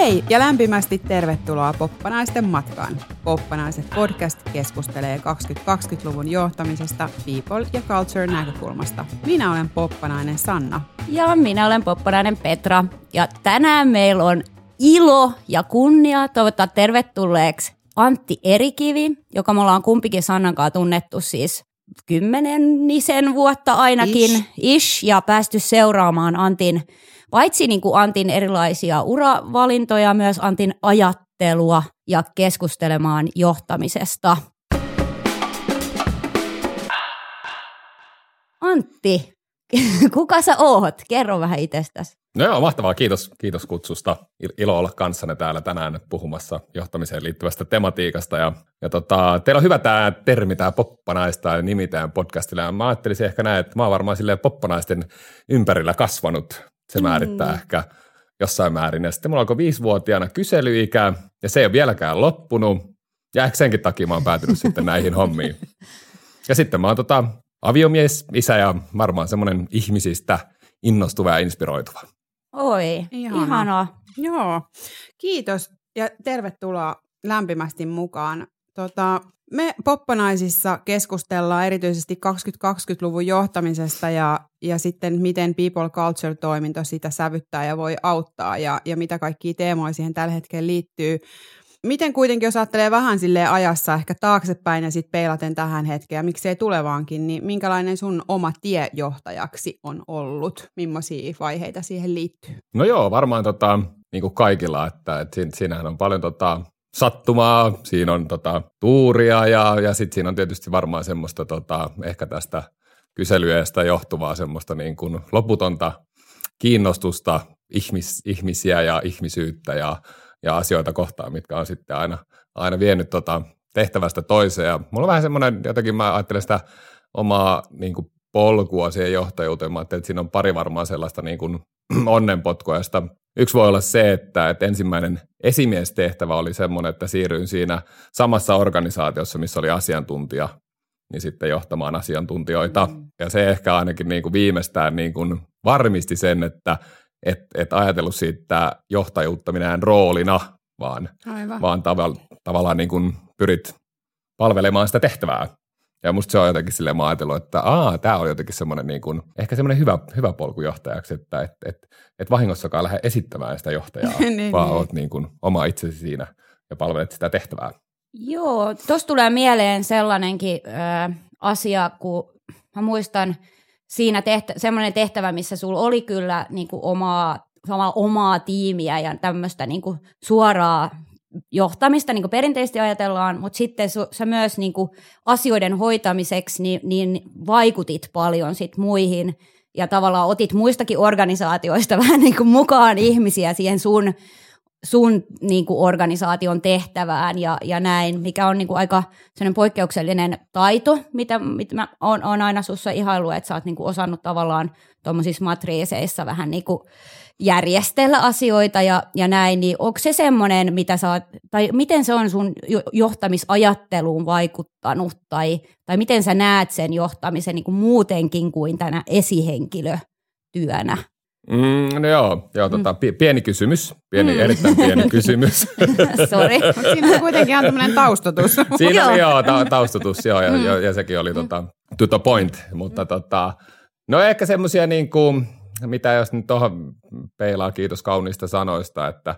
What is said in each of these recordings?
Hei ja lämpimästi tervetuloa Poppanaisten matkaan. Poppanaiset podcast keskustelee 2020-luvun johtamisesta people ja culture näkökulmasta. Minä olen poppanainen Sanna. Ja minä olen poppanainen Petra. Ja tänään meillä on ilo ja kunnia toivottaa tervetulleeksi Antti Erikivi, joka me ollaan kumpikin Sannan kanssa tunnettu siis 10 vuotta ainakin, ja päästy seuraamaan Antin, paitsi niin kuin Antin erilaisia uravalintoja, myös Antin ajattelua ja keskustelemaan johtamisesta. Antti, kuka sä oot? Kerro vähän itsestäsi. No joo, mahtavaa. Kiitos kutsusta. Ilo olla kanssanne täällä tänään puhumassa johtamiseen liittyvästä tematiikasta. Teillä on hyvä tämä termi, tämä poppanaista ja nimi tämän podcastilla. Ja mä ajattelisin ehkä näin, että mä oon varmaan silleen poppanaisten ympärillä kasvanut. Se määrittää ehkä jossain määrin. Ja sitten mulla alkoi 5-vuotiaana kyselyikä, ja se ei ole vieläkään loppunut. Ja ehkä senkin takia mä oon päätynyt sitten näihin hommiin. Ja sitten mä oon aviomies, isä ja varmaan semmoinen ihmisistä innostuva ja inspiroituva. Oi, ihanaa. Joo, kiitos ja tervetuloa lämpimästi mukaan. Me Poppanaisissa keskustellaan erityisesti 2020-luvun johtamisesta ja sitten miten people culture-toiminto sitä sävyttää ja voi auttaa ja mitä kaikkia teemoja siihen tällä hetkellä liittyy. Miten kuitenkin, jos ajattelee vähän silleen ajassa ehkä taaksepäin ja sitten peilaten tähän hetkeen ja miksei tulevaankin, niin minkälainen sun oma tie johtajaksi on ollut? Millaisia vaiheita siihen liittyy? No joo, varmaan niin kuin kaikilla, että siinähän on paljon sattumaa, siinä on tuuria ja sitten siinä on tietysti varmaan semmoista ehkä tästä kyselyistä johtuvaa semmoista niin kuin loputonta kiinnostusta ihmisiä ja ihmisyyttä ja asioita kohtaan, mitkä on sitten aina vienyt tehtävästä toiseen. Ja mulla on vähän semmoinen, jotenkin mä ajattelen sitä omaa niin kuin polkua siihen johtajuuteen. Mä ajattelin, että siinä on pari varmaan sellaista niin kuin onnenpotkua, josta yksi voi olla se, että ensimmäinen esimiestehtävä oli semmoinen, että siirryin siinä samassa organisaatiossa, missä oli asiantuntija, niin sitten johtamaan asiantuntijoita. Ja se ehkä ainakin niin kuin viimeistään niin kuin varmisti sen, että et ajatellut siitä johtajuutta minään roolina, vaan tavallaan niin kuin pyrit palvelemaan sitä tehtävää. Ja musta se on jotenkin silleen, mä ajatellut, että tämä on jotenkin semmoinen niin kuin, ehkä semmoinen hyvä polku johtajaksi, että et vahingossakaan lähde esittämään sitä johtajaa, vaan oot niin kuin oma itsesi siinä ja palvelet sitä tehtävää. Joo, tuossa tulee mieleen sellainenkin asia, kun mä muistan siinä semmoinen tehtävä, missä sulla oli kyllä niin kuin omaa tiimiä ja tämmöistä niin kuin suoraa johtamista, niin kuin perinteisesti ajatellaan, mutta sitten sä myös niin kuin asioiden hoitamiseksi niin vaikutit paljon sit muihin ja tavallaan otit muistakin organisaatioista vähän niin kuin mukaan ihmisiä siihen sun niin kuin organisaation tehtävään ja näin, mikä on niin kuin aika sellainen poikkeuksellinen taito, mitä mä oon aina sussa ihaillut, että sä oot niin kuin osannut tavallaan tuommoisissa matriiseissa vähän niin kuin järjestellä asioita ja näin, niin onko se semmoinen, mitä sä oot, tai miten se on sun johtamisajatteluun vaikuttanut, tai miten sä näet sen johtamisen niin kuin muutenkin kuin tänä esihenkilötyönä? No joo, pieni kysymys, erittäin pieni kysymys. Sori. Siinä on kuitenkin ihan tämmöinen taustatus. Siinä oli taustatus, ja sekin oli to the point, mutta no ehkä semmoisia niin kuin, mitä jos nyt tuohon peilaa, kiitos kauniista sanoista, että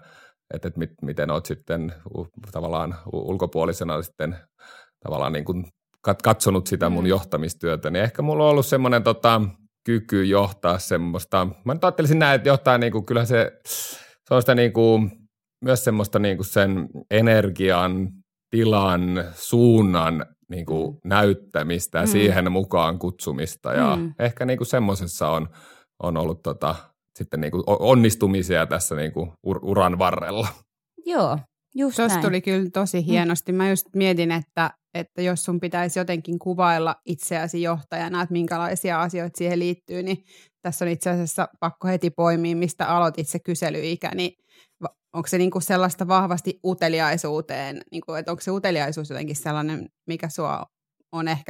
miten olet sitten tavallaan ulkopuolisena sitten tavallaan niin kuin katsonut sitä mun johtamistyötä, niin ehkä mulla on ollut semmoinen kyky johtaa semmoista, mä nyt ajattelisin näin, että johtaa niin kuin, kyllä se on sitä niin kuin, myös semmoista niin kuin sen energian, tilan, suunnan niin kuin näyttämistä ja siihen mukaan kutsumista ja ehkä niin kuin semmoisessa on ollut sitten niin kuin onnistumisia tässä niin kuin uran varrella. Joo, just näin. Tuossa tuli kyllä tosi hienosti. Mä just mietin, että jos sun pitäisi jotenkin kuvailla itseäsi johtajana, että minkälaisia asioita siihen liittyy, niin tässä on itse asiassa pakko heti poimia, mistä aloitit se kyselyikä, niin onko se niinku sellaista vahvasti uteliaisuuteen, niinku, että onko se uteliaisuus jotenkin sellainen, mikä sua on ehkä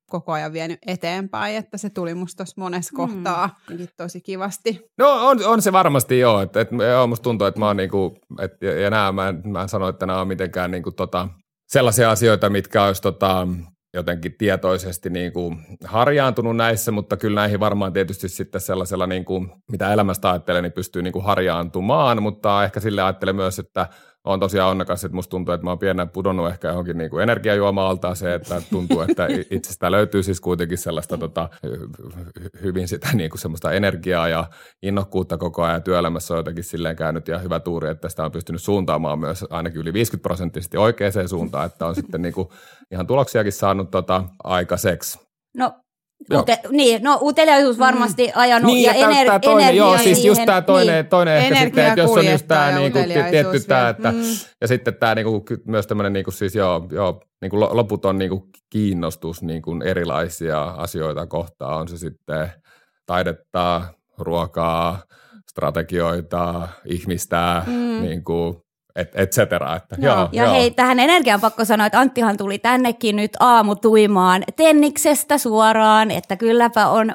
koko ajan vienyt eteenpäin, että se tuli musta tuossa monessa kohtaa tosi kivasti. No on se varmasti joo, että musta tuntuu, että mä oon niinku, ja nämä mä en sano, että nämä on mitenkään niinku sellaisia asioita, mitkä olisi jotenkin tietoisesti niinku harjaantunut näissä, mutta kyllä näihin varmaan tietysti sitten sellaisella, niinku, mitä elämästä ajattelee, niin pystyy niinku harjaantumaan, mutta ehkä sille ajattelen myös, että on tosiaan onnekas, että musta tuntuu, että mä oon pienenä pudonnut ehkä johonkin niinku energiajuoma-altaaseen, että tuntuu, että itsestä löytyy siis kuitenkin sellaista hyvin sitä niinku semmoista energiaa ja innokkuutta koko ajan. Työelämässä on jotenkin silleen käynyt ja hyvä tuuri, että sitä on pystynyt suuntaamaan myös ainakin yli 50% oikeaan suuntaan, että on sitten niinku ihan tuloksiakin saanut aikaiseksi. No. Uteliaisuus varmasti ajanut ja energia joo, siis just tämä toinen niin. ehkä sitten, että jos on just tämä niinku tietty tämä, että ja sitten tämä niinku myös tämmöinen niinku siis niinku loputon niinku kiinnostus niinku erilaisia asioita kohtaan, on se sitten taidetta, ruokaa, strategioita, ihmistä, niinku et cetera. Että, joo. Hei, tähän energiaan pakko sanoa, että Anttihan tuli tännekin nyt aamutuimaan Tenniksestä suoraan, että kylläpä on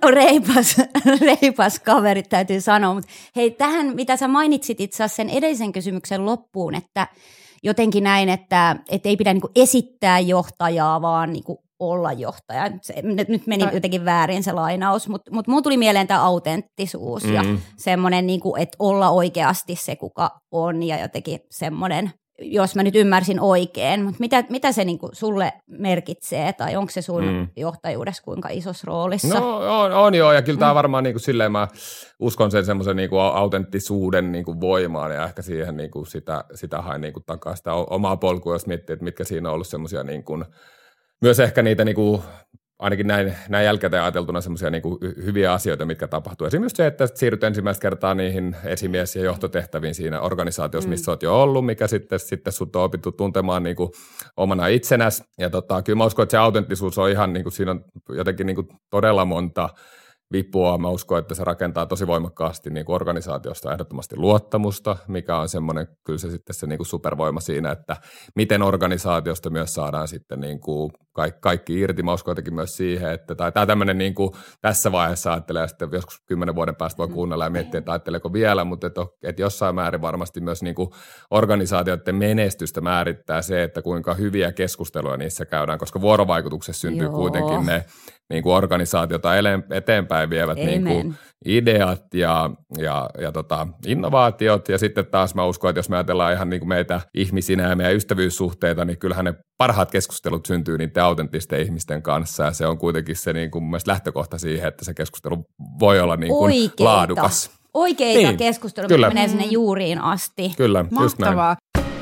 reipas kaveri, täytyy sanoa. Mutta hei, tähän mitä sä mainitsit itse asiassa sen edellisen kysymyksen loppuun, että jotenkin näin, että ei pidä niinku esittää johtajaa, vaan niinku olla johtaja. Nyt meni jotenkin väärin se lainaus, mutta mulla tuli mieleen tämä autenttisuus ja semmoinen, niinku, että olla oikeasti se, kuka on ja jotenkin semmoinen, jos mä nyt ymmärsin oikein, mutta mitä se niinku sulle merkitsee tai onko se sun johtajuudessa kuinka isossa roolissa? No on joo, ja kyllä tämä varmaan niinku silleen mä uskon sen semmoisen niinku autenttisuuden niinku voimaan ja ehkä siihen niinku sitä hain niinku takaa sitä omaa polkua, jos miettii, että mitkä siinä on ollut semmoisia niinku myös ehkä niitä niinku, ainakin näin jälkikäteen ajateltuna semmoisia niinku hyviä asioita, mitkä tapahtuu. Esimerkiksi se, että siirryt ensimmäistä kertaa niihin esimies- ja johtotehtäviin siinä organisaatiossa, missä olet jo ollut, mikä sitten sut on opittu tuntemaan niinku omana itsenäsi. Ja kyllä mä uskon, että se autenttisuus on ihan, niinku, siinä on jotenkin niinku todella monta vipua. Mä uskon, että se rakentaa tosi voimakkaasti niin kuin organisaatiosta ehdottomasti luottamusta, mikä on semmoinen, kyllä se sitten se niin kuin supervoima siinä, että miten organisaatiosta myös saadaan sitten niin kuin kaikki irti. Mä uskon jotenkin myös siihen, että tämä tämmöinen niin kuin tässä vaiheessa ajattelee ja sitten joskus 10 vuoden päästä voi kuunnella ja miettiä, että ajatteleeko vielä, mutta että jossain määrin varmasti myös niin kuin organisaatioiden menestystä määrittää se, että kuinka hyviä keskusteluja niissä käydään, koska vuorovaikutuksessa syntyy kuitenkin ne niin kuin organisaatiota eteenpäin vievät niin kuin ideat ja innovaatiot. Ja sitten taas mä uskon, että jos me ajatellaan ihan niin kuin meitä ihmisinä ja meidän ystävyyssuhteita, niin kyllähän ne parhaat keskustelut syntyy niiden autenttisten ihmisten kanssa. Ja se on kuitenkin se niin kuin mun mielestä lähtökohta siihen, että se keskustelu voi olla niin kuin laadukas. Oikeita keskusteluja, kyllä. Menee sinne juuriin asti. Kyllä, just näin. Mahtavaa.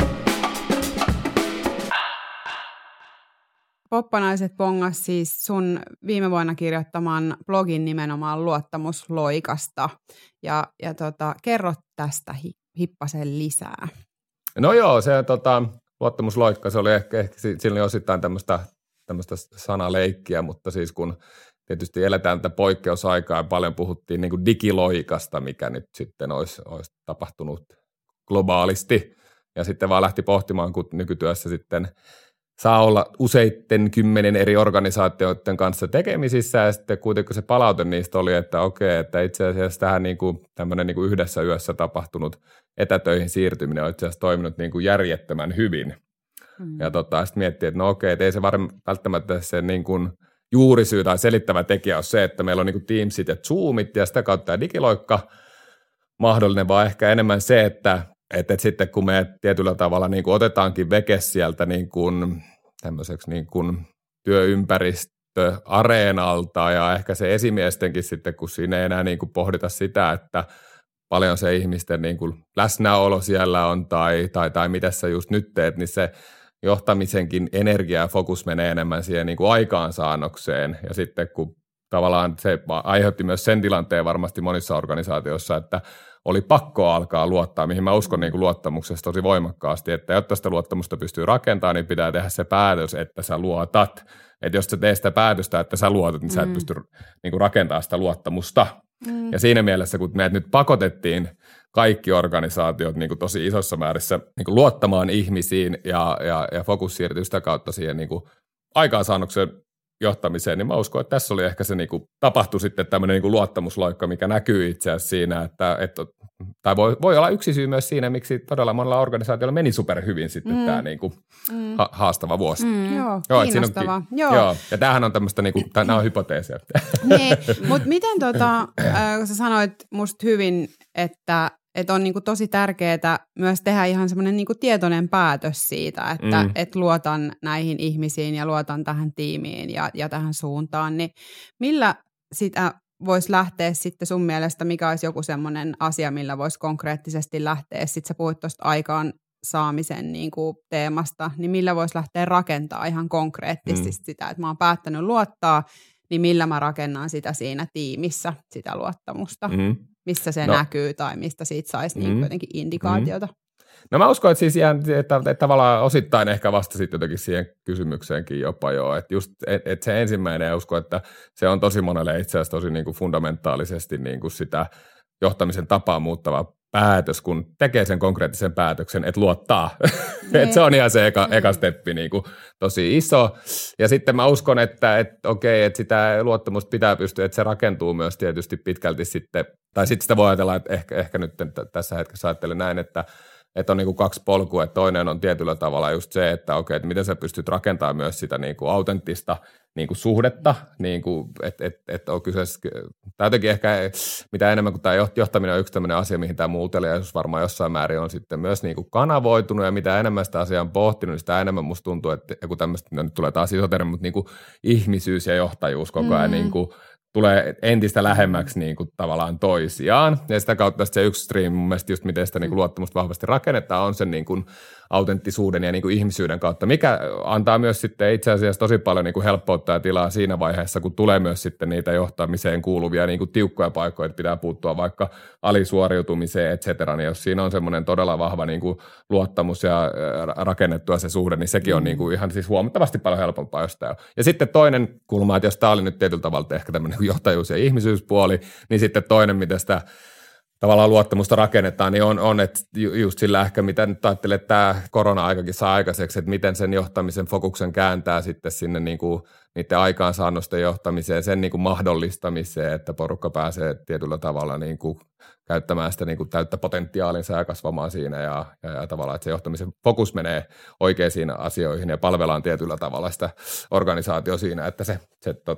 Poppanaiset pongas siis sun viime vuonna kirjoittaman blogin nimenomaan luottamusloikasta. Ja kerro tästä hippasen lisää. No joo, se luottamusloikka, se oli ehkä siinä oli osittain tämmöistä sanaleikkiä, mutta siis kun tietysti eletään tätä poikkeusaikaa ja paljon puhuttiin niin kuin digiloikasta, mikä nyt sitten olisi tapahtunut globaalisti. Ja sitten vaan lähti pohtimaan, kun nykytyössä sitten saa olla useitten 10 eri organisaatioiden kanssa tekemisissä ja sitten kuitenkin se palaute niistä oli, että okei, että itse asiassa tähän niin kuin tämmöinen niin kuin yhdessä yössä tapahtunut etätöihin siirtyminen on itse asiassa toiminut niin kuin järjettömän hyvin. Ja sitten miettii, että no okei, että ei se välttämättä se niin kuin juurisyy tai selittävä tekijä on se, että meillä on niin kuin Teamsit ja Zoomit ja sitä kautta tämä digiloikka mahdollinen, vaan ehkä enemmän se, että sitten kun me tietyllä tavalla niin kuin otetaankin veke sieltä niin kuin tämmöiseksi niin kuin työympäristöareenalta ja ehkä se esimiestenkin sitten, kun siinä ei enää niin kuin pohdita sitä, että paljon se ihmisten niin kuin läsnäolo siellä on tai mitä sä just nyt teet, niin se johtamisenkin energia ja fokus menee enemmän siihen niin kuin aikaansaannokseen ja sitten kun tavallaan se aiheutti myös sen tilanteen varmasti monissa organisaatioissa, että oli pakko alkaa luottaa, mihin mä uskon niin kuin luottamuksessa tosi voimakkaasti, että jotta sitä luottamusta pystyy rakentamaan, niin pitää tehdä se päätös, että sä luotat. Että jos sä teet sitä päätöstä, että sä luotat, niin sä et pysty niin kuin rakentamaan sitä luottamusta. Ja siinä mielessä, kun meidät nyt pakotettiin kaikki organisaatiot niin kuin tosi isossa määrissä niin kuin luottamaan ihmisiin ja fokus siirtyy sitä kautta siihen niin kuin aikaansaannokseen johtamiseen, niin mä uskon, että tässä oli ehkä se niin kuin, tapahtui sitten tämmöinen niin kuin luottamusloikka, mikä näkyy itse asiassa siinä, tai voi olla yksi syy myös siinä, miksi todella monella organisaatiolla meni superhyvin sitten tämä niin kuin, haastava vuosi. Joo, kiinnostavaa. Joo, ja tämähän on tämmöistä, niin kuin, nämä on hypoteeseja. Niin, mutta miten kun sä sanoit musta hyvin, että on niinku tosi tärkeää myös tehdä ihan semmoinen niinku tietoinen päätös siitä, että et luotan näihin ihmisiin ja luotan tähän tiimiin ja tähän suuntaan, niin millä sitä voisi lähteä sitten sun mielestä, mikä olisi joku semmoinen asia, millä voisi konkreettisesti lähteä, sitten sä puhuit tuosta aikaan saamisen niinku teemasta, niin millä voisi lähteä rakentaa ihan konkreettisesti sitä, että mä oon päättänyt luottaa, niin millä mä rakennan sitä siinä tiimissä, sitä luottamusta. Missä se näkyy tai mistä siitä saisi niin jotenkin indikaatiota? No mä uskon, että siis että tavallaan osittain ehkä vastasit jotenkin siihen kysymykseenkin jopa jo, että just että se ensimmäinen, ja uskon, että se on tosi monelle itse asiassa tosi niin kuin fundamentaalisesti niin kuin sitä johtamisen tapaa muuttava päätös, kun tekee sen konkreettisen päätöksen, että luottaa. Että se on ihan se eka steppi niin kuin tosi iso. Ja sitten mä uskon, että okei, että sitä luottamusta pitää pystyä, että se rakentuu myös tietysti pitkälti sitten, tai sitten sitä voi ajatella, että ehkä nyt tässä hetkessä ajattelen näin, että on niin kuin kaksi polkua, että toinen on tietyllä tavalla just se, että okei, että miten sä pystyt rakentamaan myös sitä niin kuin autenttista niin kuin suhdetta, niin kuin, että on kyseessä, tai jotenkin ehkä mitä enemmän kuin tämä johtaminen on yksi tämmöinen asia, mihin tämä muuteliaisuus varmaan jossain määrin on sitten myös niin kuin kanavoitunut, ja mitä enemmän sitä asiaa on pohtinut, niin sitä enemmän musta tuntuu, että kun tämmöistä, nyt tulee taas iso termi, mutta niin kuin ihmisyys ja johtajuus koko ajan niin kuin tulee entistä lähemmäksi niin kuin tavallaan toisiaan. Ja sitä kautta se yksi stream, mun mielestä just miten sitä niin kuin luottamusta vahvasti rakennetaan, on sen niin kuin autenttisuuden ja niin kuin ihmisyyden kautta, mikä antaa myös sitten itse asiassa tosi paljon niin kuin helppoutta ja tilaa siinä vaiheessa, kun tulee myös sitten niitä johtamiseen kuuluvia niin kuin tiukkoja paikkoja, että pitää puuttua vaikka alisuoriutumiseen, et cetera. Niin jos siinä on semmoinen todella vahva niin kuin luottamus ja rakennettua se suhde, niin sekin on niin kuin ihan siis huomattavasti paljon helpompaa jostain. Ja sitten toinen kulma, että jos tämä oli nyt tietyllä tavalla ehkä tämmöinen johtajuus- ja ihmisyyspuoli, niin sitten toinen, miten sitä tavallaan luottamusta rakennetaan, niin on että just sillä ehkä, mitä nyt ajattelee, että tämä korona-aikakin saa aikaiseksi, että miten sen johtamisen fokuksen kääntää sitten sinne niin kuin niiden aikaansaannosten johtamiseen, sen niin kuin mahdollistamiseen, että porukka pääsee tietyllä tavalla niin kuin käyttämään sitä niin kuin täyttä potentiaalinsa ja kasvamaan siinä ja tavallaan, että se johtamisen fokus menee oikeisiin asioihin ja palvellaan tietyllä tavalla sitä organisaatio siinä, että se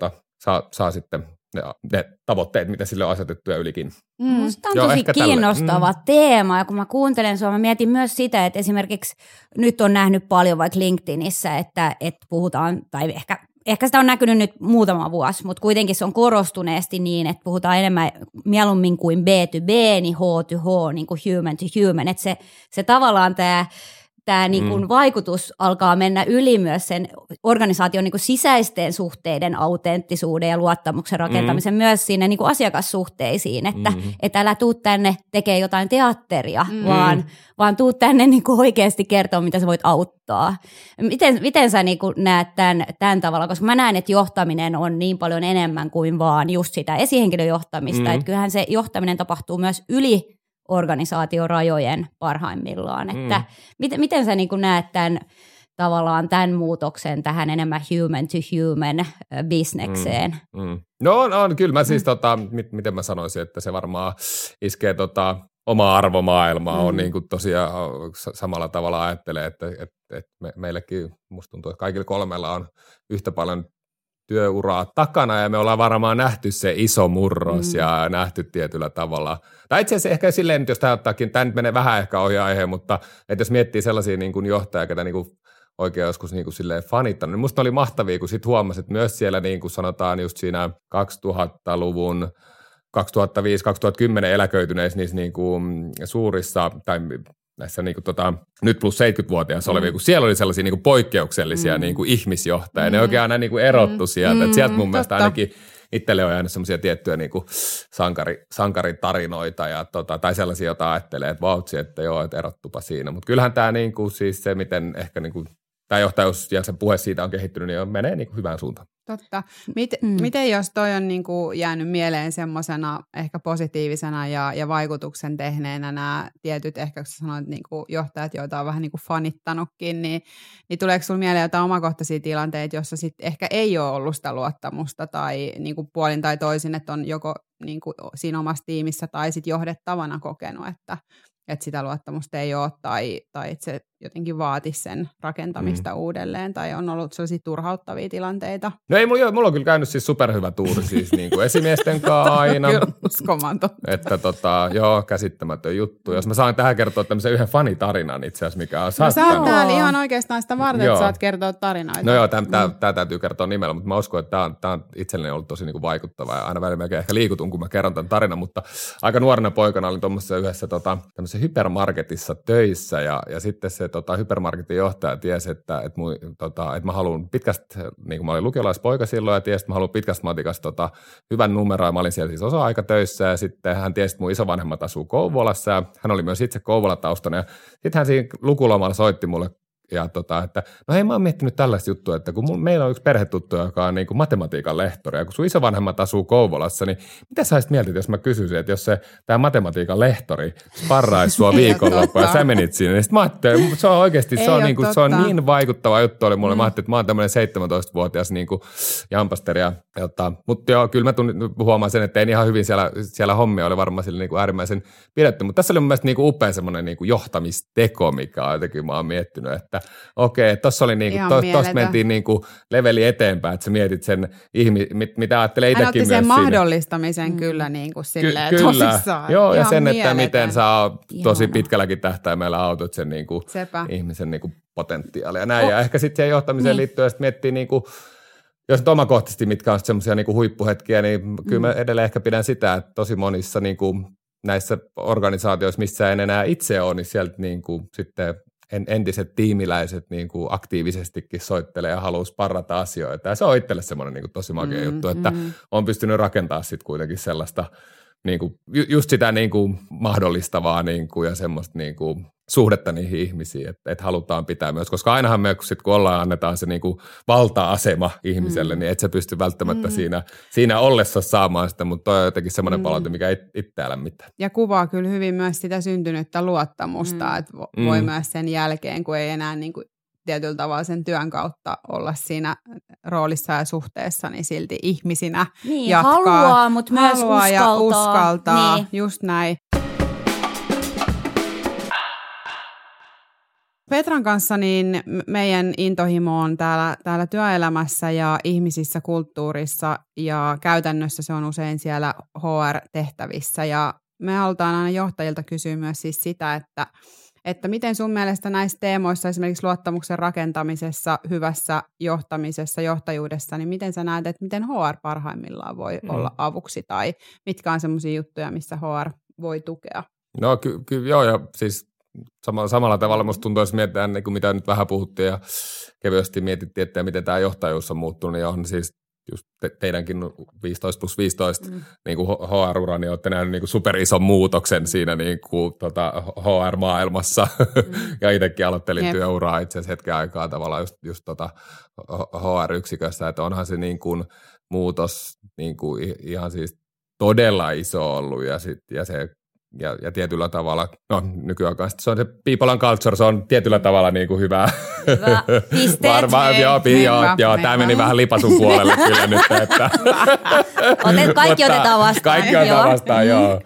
saa sitten ne tavoitteet, mitä sille on asetettu ja ylikin. Musta on tosi kiinnostava teema, ja kun mä kuuntelen sua, mä mietin myös sitä, että esimerkiksi nyt on nähnyt paljon vaikka LinkedInissä, että puhutaan, tai ehkä sitä on näkynyt nyt muutama vuosi, mutta kuitenkin se on korostuneesti niin, että puhutaan enemmän mieluummin kuin B2B, niin H2H, niin kuin human to human, että se tavallaan tämä niin kuin vaikutus alkaa mennä yli myös sen organisaation niin kuin sisäisten suhteiden autenttisuuden ja luottamuksen rakentamisen myös sinne niin kuin asiakassuhteisiin, että älä tuu tänne tekemään jotain teatteria, vaan tuu tänne niin kuin oikeasti kertoa, mitä sä voit auttaa. Miten sä niin kuin näet tämän tavalla, koska mä näen, että johtaminen on niin paljon enemmän kuin vaan just sitä esihenkilöjohtamista, että kyllähän se johtaminen tapahtuu myös yli organisaatiorajojen parhaimmillaan, että miten sä niin kuin näet tavallaan tämän muutoksen tähän enemmän human to human bisnekseen? No kyllä mä siis miten mä sanoisin, että se varmaan iskee omaa arvomaailmaa on niin kuin tosiaan samalla tavalla ajattelee, että meillekin musta tuntuu, että kaikilla kolmella on yhtä paljon työuraa takana ja me ollaan varmaan nähty se iso murros ja nähty tietyllä tavalla. Tai itse asiassa ehkä silleen, jos tämä nyt menee vähän ehkä ohi aiheen, mutta että jos miettii sellaisia niin kuin johtajia, ketä niin kuin oikein joskus niin kuin silleen fanittanut, niin musta oli mahtavia, kun sitten huomasi, että myös siellä niin kuin sanotaan just siinä 2000-luvun 2005-2010 eläköityneissä niissä niin kuin suurissa tai näissä niin kuin nyt plus 70-vuotiaissa olevia, kun siellä oli sellaisia niin kuin poikkeuksellisia niin kuin ihmisjohtajia. Ne oikein aina niin kuin erottu sieltä. Että sieltä mun mielestä ainakin itselle on jäänyt sellaisia tiettyjä niin kuin sankaritarinoita tai sellaisia, joita ajattelee, että vautsi, että joo, että erottupa siinä. Mutta kyllähän tämä niin kuin, siis se, miten ehkä niin kuin tämä johtajuus ja se puhe siitä on kehittynyt, niin menee niin kuin hyvään suuntaan. Totta. Miten jos toi on niin kuin jäänyt mieleen semmoisena ehkä positiivisena ja vaikutuksen tehneenä nämä tietyt, ehkä kun sanoit niin kuin johtajat, joita on vähän niin kuin fanittanutkin, niin tuleeko sinulle mieleen jotain omakohtaisia tilanteita, jossa sitten ehkä ei ole ollut sitä luottamusta tai niin kuin puolin tai toisin, että on joko niin kuin siinä omassa tiimissä tai sitten johdettavana kokenut, että sitä luottamusta ei ole tai että se jotenkin vaatisi sen rakentamista uudelleen tai on ollut sellaisia turhauttavia tilanteita? No ei, mulla on kyllä käynyt siis superhyvä tuuri siis niin kuin esimiesten kanssa aina. Kyllä uskomaton. Että joo, käsittämätön juttu. Jos mä saan tähän kertoa tämmöisen yhden fanitarinan itse asiassa, mikä on saattanut. No sä oot täällä ihan oikeastaan sitä varten, että saat kertoa tarinoita. No joo, tää täytyy kertoa nimellä, mutta mä uskon, että tää on itselleni ollut tosi niin kuin vaikuttava ja aina välillä melkein ehkä liikutun, kun mä kerron tämän tarinan, mutta aika nuorena poikana olin tuommoisessa yhdessä tämmöisessä hypermarketissa töissä ja sitten se hypermarketin johtaja tiesi, että mä haluan pitkästä, niin kuin mä olin lukiolaispoika silloin ja tiesi, että mä haluan pitkästä matikasta hyvän numeroa ja mä olin siellä siis osa-aikatöissä ja sitten hän tiesi, että mun isovanhemmat asuu Kouvolassa ja hän oli myös itse Kouvola-taustainen ja sitten hän siinä lukulomalla soitti mulle ja että no hei, mä oon miettinyt tällaista juttua, että kun meillä on yksi perhetuttu, joka on niin kuin matematiikan lehtori, ja kun sun isovanhemmat asuu Kouvolassa, niin mitä sä olisit mieltä, jos mä kysyisin, että jos tämä matematiikan lehtori sparraisi sua viikonloppua ja sä menit sinne, niin sitten mä ajattelin, se on oikeasti, se on niin vaikuttava juttu oli mulle, mä ajattelin, että mä oon tämmöinen 17-vuotias niin kuin jampasteri, mutta joo, kyllä mä huomaan sen, että ei ihan hyvin siellä hommia oli varmaan sille niin kuin äärimmäisen pidetty, mutta tässä oli mun mielestä niin kuin upea semmoinen niin kuin johtamisteko, mikä on jotenkin mä oon miettinyt, että okei, tuossa oli niinku, tuossa mentiin niinku leveli eteenpäin, että sä mietit sen mitä ajattelee itsekin myös sen siinä. mahdollistamisen kyllä niinku silleen tosissaan. Joo, ja sen, että miten saa tosi pitkälläkin tähtäimellä autot sen niinku ihmisen niinku potentiaalia ja näin. Ja ehkä sitten siihen johtamiseen liittyen sitten miettii niinku, jos nyt omakohtaisesti mitkä on semmoisia niinku huippuhetkiä, niin kyllä mä edelleen ehkä pidän sitä, että tosi monissa niinku näissä organisaatioissa, missä en enää itse ole, niin sieltä niinku sitten entiset tiimiläiset niin kuin aktiivisestikin soittelee ja haluaa sparrata asioita. Ja se on itselle semmoinen niin kuin tosi makea juttu, että on pystynyt rakentamaan sitten kuitenkin sellaista niin kuin, just sitä niin kuin mahdollistavaa niin kuin, ja semmoista niin kuin suhdetta niihin ihmisiin, että halutaan pitää myös, koska ainahan me kun ollaan annetaan se niin kuin valta-asema ihmiselle, niin et sä pysty välttämättä siinä ollessa saamaan sitä, mutta toi on jotenkin semmoinen palaute, mikä ei itse mitään. Ja kuvaa kyllä hyvin myös sitä syntynyttä luottamusta, että voi myös sen jälkeen, kun ei enää niin kuin tietyllä tavalla sen työn kautta olla siinä roolissa ja suhteessa, niin silti ihmisinä jatkaa. Haluaa, mutta myös uskaltaa. Ja uskaltaa, niin. Just näin. Petran kanssa niin meidän intohimo on täällä työelämässä ja ihmisissä, kulttuurissa ja käytännössä se on usein siellä HR-tehtävissä ja me halutaan aina johtajilta kysyä myös siis sitä, että miten sun mielestä näissä teemoissa, esimerkiksi luottamuksen rakentamisessa, hyvässä johtamisessa, johtajuudessa, niin miten sä näet, että miten HR parhaimmillaan voi olla avuksi tai mitkä on semmoisia juttuja, missä HR voi tukea? No kyllä joo, ja siis samalla tavalla musta tuntuu, jos mietitään, niin kuin mitä nyt vähän puhuttiin ja kevyesti mietittiin, että miten tämä johtajuus on muuttunut, niin on siis just teidänkin 15+15 niin kuin HR-ura, niin olette nähneet niin kuin superison muutoksen siinä niin kuin, HR-maailmassa. Ja itsekin aloittelin työuraa itse asiassa hetken aikaa tavallaan just HR-yksikössä, että onhan se niin kuin muutos niin kuin ihan siis todella iso ollut ja tietyllä tavalla, no nykyaikaan se on se people and culture, se on tietyllä tavalla niin kuin hyvä. Hyvä. Pisteet. Joo, tämä meni vähän lipasun puolelle kyllä nyt, että. Kaikki otetaan vastaan. Kaikki otetaan vastaan, joo.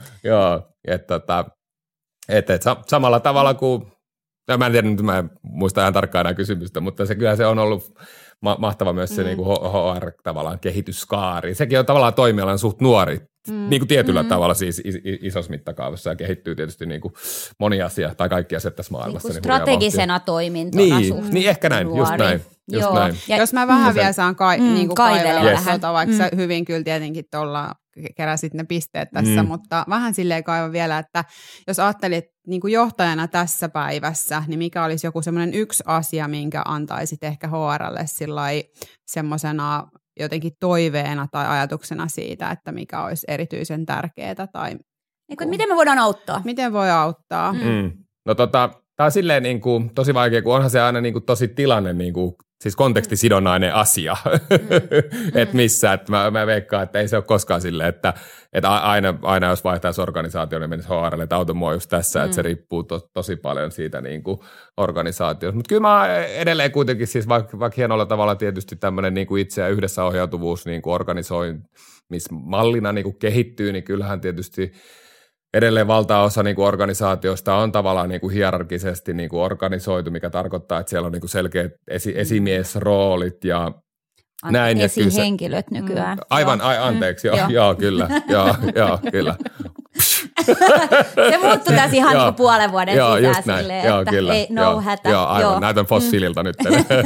Että samalla tavalla kuin, mä en tiedä, nyt mä en muista ihan tarkkaan enää kysymystä, mutta kyllä se on ollut mahtava myös se niin kuin HR tavallaan kehityskaari. Sekin on tavallaan toimialan suht nuori. Niin kuin tietyllä tavalla siis isossa mittakaavassa ja kehittyy tietysti niin kuin moni asia tai kaikki asiat tässä maailmassa. Niin strategisena toimintona niin ehkä näin, nuori. Just näin. Ja jos mä vähän vielä saan kaivella, vaikka sä hyvin kyllä tietenkin tuolla keräsit ne pisteet tässä, mutta vähän silleen kaivan vielä, että jos ajattelit niin kuin johtajana tässä päivässä, niin mikä olisi joku semmoinen yksi asia, minkä antaisit ehkä HR:lle semmoisena jotenkin toiveena tai ajatuksena siitä, että mikä olisi erityisen tärkeää tai miten me voidaan auttaa? Miten voi auttaa? No Tämä on silleen niin kuin, tosi vaikea, kun onhan se aina niin kuin, tosi tilanne, niin kuin, siis kontekstisidonnainen asia, että missä. Että mä veikkaan, että ei se ole koskaan silleen, että aina jos vaihtaisi organisaatio, niin menisi HRlle, että auta mua just tässä, että se riippuu tosi paljon siitä niin kuin, organisaatiosta. Mutta kyllä mä edelleen kuitenkin, siis vaikka hienolla tavalla tietysti tämmöinen niin kuin itse ja yhdessä ohjautuvuus niin kuin organisoimismallina niin kuin kehittyy, niin kyllähän tietysti edelleen valtaosa niin kuin organisaatioista on tavallaan niin kuin hierarkisesti niin kuin organisoitu, mikä tarkoittaa, että siellä on niin kuin selkeät esimiesroolit ja näin. Esihenkilöt nykyään. Aivan, anteeksi, joo, kyllä, joo, kyllä. Se muuttui tässä ihan niin kuin puolen vuoden sisään silleen, että kyllä, ei, no hätä. Joo, aivan, näytän fossiililta nyt.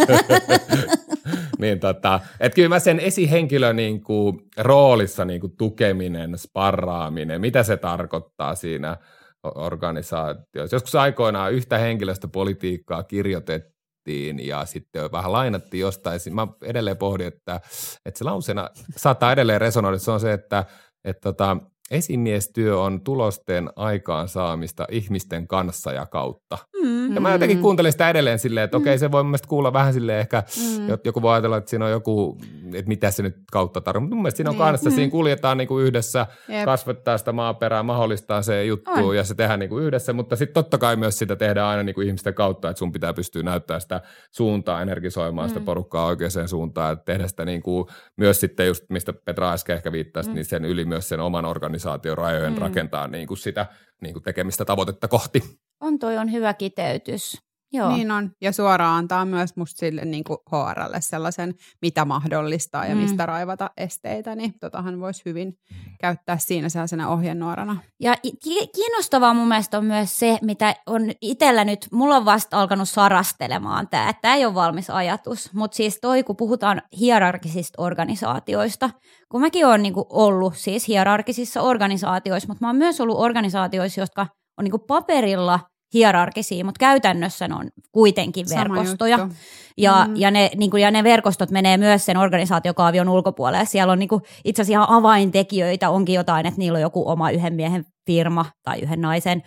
Niin että kyllä mä sen esihenkilön niin kuin roolissa niin kuin tukeminen, sparraaminen, mitä se tarkoittaa siinä organisaatiossa. Joskus aikoinaan yhtä henkilöstöpolitiikkaa kirjoitettiin ja sitten vähän lainattiin jostain. Mä edelleen pohdin, että se lauseena saattaa edelleen resonoida. Se on se, että esimiestyö on tulosten aikaansaamista ihmisten kanssa ja kautta. Ja mä jotenkin kuuntelin sitä edelleen silleen, että okei, se voi mun mielestä kuulla vähän silleen ehkä, joku voi ajatella, että siinä on joku, että mitä se nyt kautta tarvitsee. Mutta mun mielestä siinä on kanssa, siinä kuljetaan niin kuin yhdessä, kasvattaa sitä maaperää, mahdollistaa se juttu ja se tehdään niin kuin yhdessä, mutta sitten totta kai myös sitä tehdään aina niin kuin ihmisten kautta, että sun pitää pystyä näyttämään sitä suuntaa, energisoimaan sitä porukkaa oikeaan suuntaan, että tehdä sitä niin kuin myös sitten just, mistä Petra äsken ehkä viittasi, niin sen yli myös sen oman organisaation rajojen rakentaa niin kuin sitä niin kuin tekemistä tavoitetta kohti. Toi on hyvä kiteytys. Joo. Niin on, ja suoraan antaa myös musta sille niin kuin HRlle sellaisen, mitä mahdollistaa ja mistä raivata esteitä, niin totahan voisi hyvin käyttää siinä sellaisena ohjenuorana. Ja kiinnostavaa mun mielestä on myös se, mitä on itsellä nyt, mulla on vasta alkanut sarastelemaan tämä, että tämä ei ole valmis ajatus, mutta siis kun puhutaan hierarkisista organisaatioista, kun mäkin olen niinku ollut siis hierarkisissa organisaatioissa, mutta mä oon myös ollut organisaatioissa, jotka on niinku paperilla hierarkisia, mutta käytännössä ne on kuitenkin verkostoja. Ja ne verkostot menee myös sen organisaatiokaavion ulkopuolelle. Siellä on niinku itse asiassa ihan avaintekijöitä, onkin jotain, että niillä on joku oma yhden miehen firma tai yhden naisen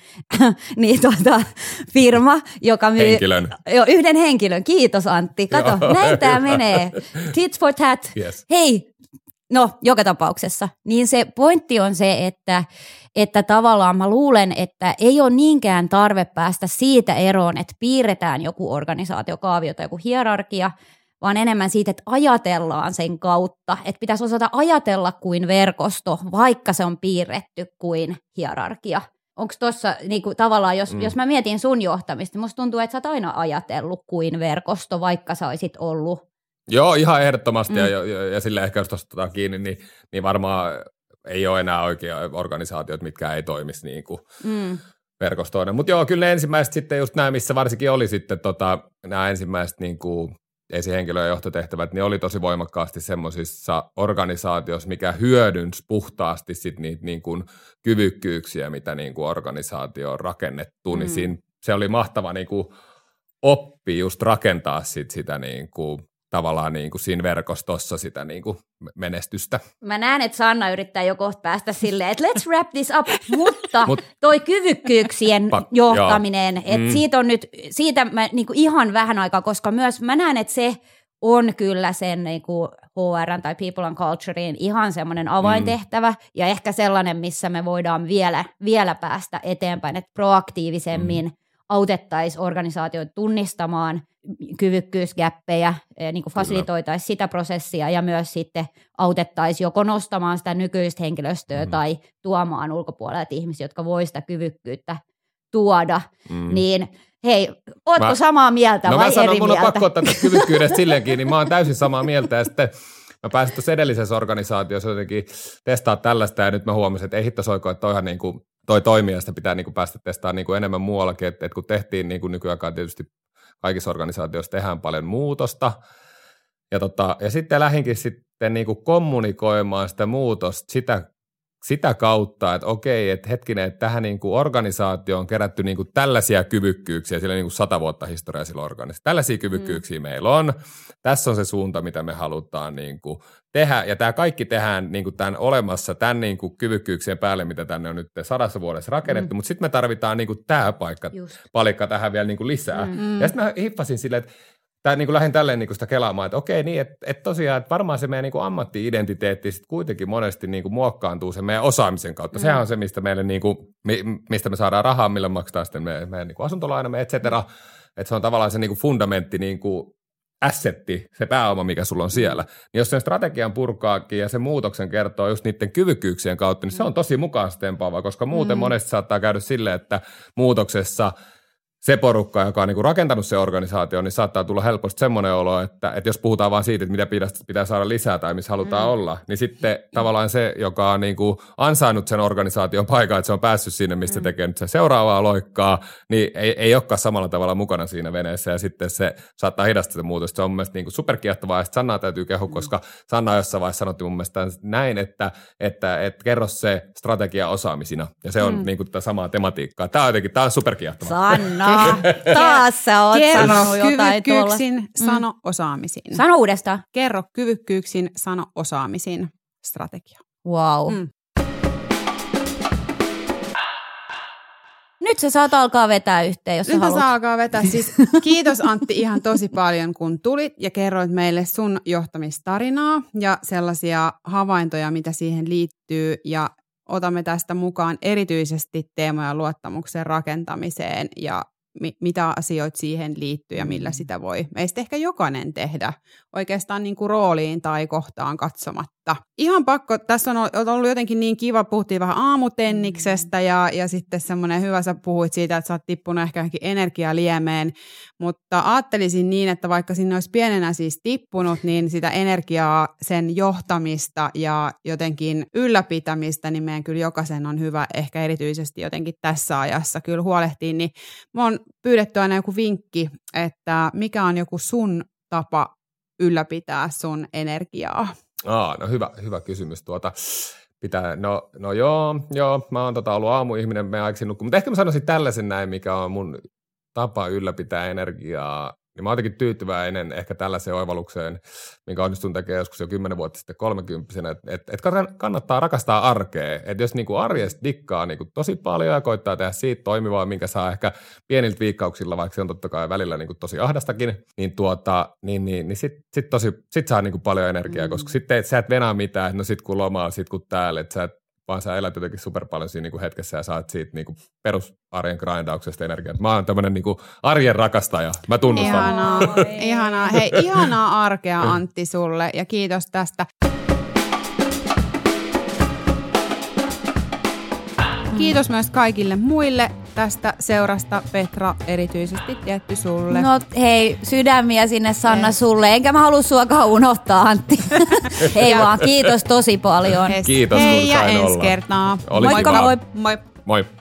firma, joka myy yhden henkilön. Kiitos Antti. Kato, näin tämä menee. Tits for tat. Yes. Hei, no joka tapauksessa. Niin se pointti on se, että tavallaan mä luulen, että ei ole niinkään tarve päästä siitä eroon, että piirretään joku organisaatiokaavio tai joku hierarkia, vaan enemmän siitä, että ajatellaan sen kautta, että pitäisi osata ajatella kuin verkosto, vaikka se on piirretty kuin hierarkia. Onko tuossa niinku, tavallaan, jos mä mietin sun johtamista, musta tuntuu, että sä oot aina ajatellut kuin verkosto, vaikka sä olisit ollut. Joo, ihan ehdottomasti, ja sillä ehkä jos tuosta kiinni, niin varmaan ei ole enää oikea organisaatiot, mitkä ei toimisi niin kuin verkostoina. Mutta joo, kyllä ne ensimmäiset sitten just nämä, missä varsinkin oli sitten nämä ensimmäiset niin kuin esihenkilö- ja johtotehtävät, niin oli tosi voimakkaasti semmoisissa organisaatioissa, mikä hyödynsi puhtaasti sitten niitä niin kuin kyvykkyyksiä, mitä niin kuin organisaatio on rakennettu, niin siinä, se oli mahtava niin kuin oppi just rakentaa sitä niin kuin tavallaan niin kuin siinä verkostossa sitä niin kuin menestystä. Mä näen, että Sanna yrittää jo kohta päästä silleen, että let's wrap this up, mutta toi kyvykkyyksien johtaminen, että siitä mä niin kuin ihan vähän aikaa, koska myös mä näen, että se on kyllä sen niin kuin HR:n tai People and Culturein ihan semmoinen avaintehtävä ja ehkä sellainen, missä me voidaan vielä päästä eteenpäin, että proaktiivisemmin autettaisiin organisaatioita tunnistamaan kyvykkyysgäppejä, niin kuin fasilitoitaisiin sitä prosessia ja myös sitten autettaisiin joko nostamaan sitä nykyistä henkilöstöä tai tuomaan ulkopuolelta ihmisiä, jotka voi sitä kyvykkyyttä tuoda. Niin hei, ootko samaa mieltä vai eri mieltä? Mun on pakko ottaa tästä kyvykkyydestä silleenkin, niin mä oon täysin samaa mieltä ja sitten mä pääsin tuossa edellisessä organisaatiossa jotenkin testaa tällaista ja nyt mä huomasin, että ei hittosoiko, että toihan niin kuin toi toimijasta pitää niin kuin päästä testaamaan niin kuin enemmän muuallakin, että kun tehtiin niin kuin nykyaikaan tietysti kaikissa organisaatioissa tehdään paljon muutosta ja sitten lähdinkin sitten niin kuin kommunikoimaan sitä muutosta sitä sitä kautta, että okei, että hetkinen, että tähän niin kuin organisaatioon on kerätty niin kuin tällaisia kyvykkyyksiä, sillä niin kuin 100 vuotta historiaa sillä organisaatiolla. Tällaisia kyvykkyyksiä meillä on. Tässä on se suunta, mitä me halutaan niin kuin tehdä, ja tämä kaikki tehdään niin kuin tämän olemassa, tämän niin kuin kyvykkyyksien päälle, mitä tänne on nyt 100 vuodessa rakennettu, mutta sitten me tarvitaan niin kuin tämä palikka tähän vielä niin kuin lisää. Ja sitten mä hiffasin silleen, että niin lähdin tälleen niin sitä kelaamaan, että okei, niin, että tosiaan, että varmaan se meidän niin ammatti-identiteetti sitten kuitenkin monesti niin muokkaantuu sen meidän osaamisen kautta. Sehän on se, mistä meille niin kuin, mistä me saadaan rahaa, millä maksetaan sitten meidän niin asuntolainamme, et cetera. Että se on tavallaan se niin kuin fundamentti, niin kuin assetti, se pääoma, mikä sulla on siellä. Niin jos sen strategian purkaakin ja sen muutoksen kertoo just niiden kyvykkyyksien kautta, niin se on tosi mukaan tempaava, koska muuten monesti saattaa käydä silleen, että muutoksessa se porukka, joka on niin kuin rakentanut se organisaatio, niin saattaa tulla helposti semmoinen olo, että jos puhutaan vaan siitä, että mitä pitää saada lisää tai missä halutaan olla, niin sitten tavallaan se, joka on niin kuin ansainnut sen organisaation paikan, että se on päässyt sinne, mistä tekee nyt se seuraavaa loikkaa, niin ei olekaan samalla tavalla mukana siinä veneessä ja sitten se saattaa hidastaa sitä muutosta. Se on mun mielestä niin kuin superkiehtovaa ja sitten Sannaa täytyy kehua, koska Sanna jossain vaiheessa sanotti mun mielestä näin, että kerro se strategia osaamisina ja se on niin kuin tätä samaa tematiikkaa. Tämä on superkiehtovaa. Sanna! Taas sä oot sanonut jotain tuolla. Sano osaamisiin. Sano uudestaan. Kerro kyvykkyyksin, sano osaamisiin strategia. Wow. Nyt sä saat alkaa vetää yhteen, jos sä haluat. Nyt saa alkaa vetää. Siis kiitos Antti ihan tosi paljon, kun tulit ja kerroit meille sun johtamistarinaa ja sellaisia havaintoja, mitä siihen liittyy ja otamme tästä mukaan erityisesti teemoja luottamuksen rakentamiseen ja mitä asioita siihen liittyy ja millä sitä voi meistä ehkä jokainen tehdä oikeastaan niin kuin rooliin tai kohtaan katsomatta. Ihan pakko, tässä on ollut jotenkin niin kiva, puhuttiin vähän aamutenniksestä ja sitten semmoinen hyvä, sä puhuit siitä, että sä oot tippunut ehkä johonkin energialiemeen, mutta ajattelisin niin, että vaikka sinne olisi pienenä siis tippunut, niin sitä energiaa, sen johtamista ja jotenkin ylläpitämistä, niin meidän kyllä jokaisen on hyvä ehkä erityisesti jotenkin tässä ajassa kyllä huolehtia, niin mä oon pyydetty aina joku vinkki, että mikä on joku sun tapa ylläpitää sun energiaa? No hyvä kysymys. Joo, mä oon ollut aamuihminen, mä aikaisin nukkua, mutta ehkä mä sanoisin tällaisen näin, mikä on mun tapa ylläpitää energiaa. Niin mä oon jotenkin tyytyväinen ehkä tällaiseen oivallukseen, minkä onnistun tekemään joskus jo 10 vuotta sitten 30-vuotiaana, että kannattaa rakastaa arkea. Että jos niinku arjesta dikkaa niinku tosi paljon ja koittaa tehdä siitä toimivaa, minkä saa ehkä pieniltä viikkauksilla, vaikka se on totta kai välillä niinku tosi ahdastakin, niin sit saa niinku paljon energiaa, koska sitten sä et venää mitään, no sit kun lomaa, sit kun täällä, että vaan sä elät jotenkin super paljon siinä niinku hetkessä ja saat siitä niinku perusarjen grindauksesta energiaa. Mä oon tämmönen niinku arjen rakastaja. Mä tunnustan. Ihanaa. Hei, ihanaa arkea Antti sulle ja kiitos tästä. Kiitos myös kaikille muille tästä seurasta. Petra, erityisesti tietty sulle. No hei, sydämiä sinne Sanna sulle. Enkä mä halua suakaan unohtaa, Antti. Hei vaan, kiitos tosi paljon. Kiitos, hei kun ja sain ensi olla. kertaa. Moikka, moi. Moi.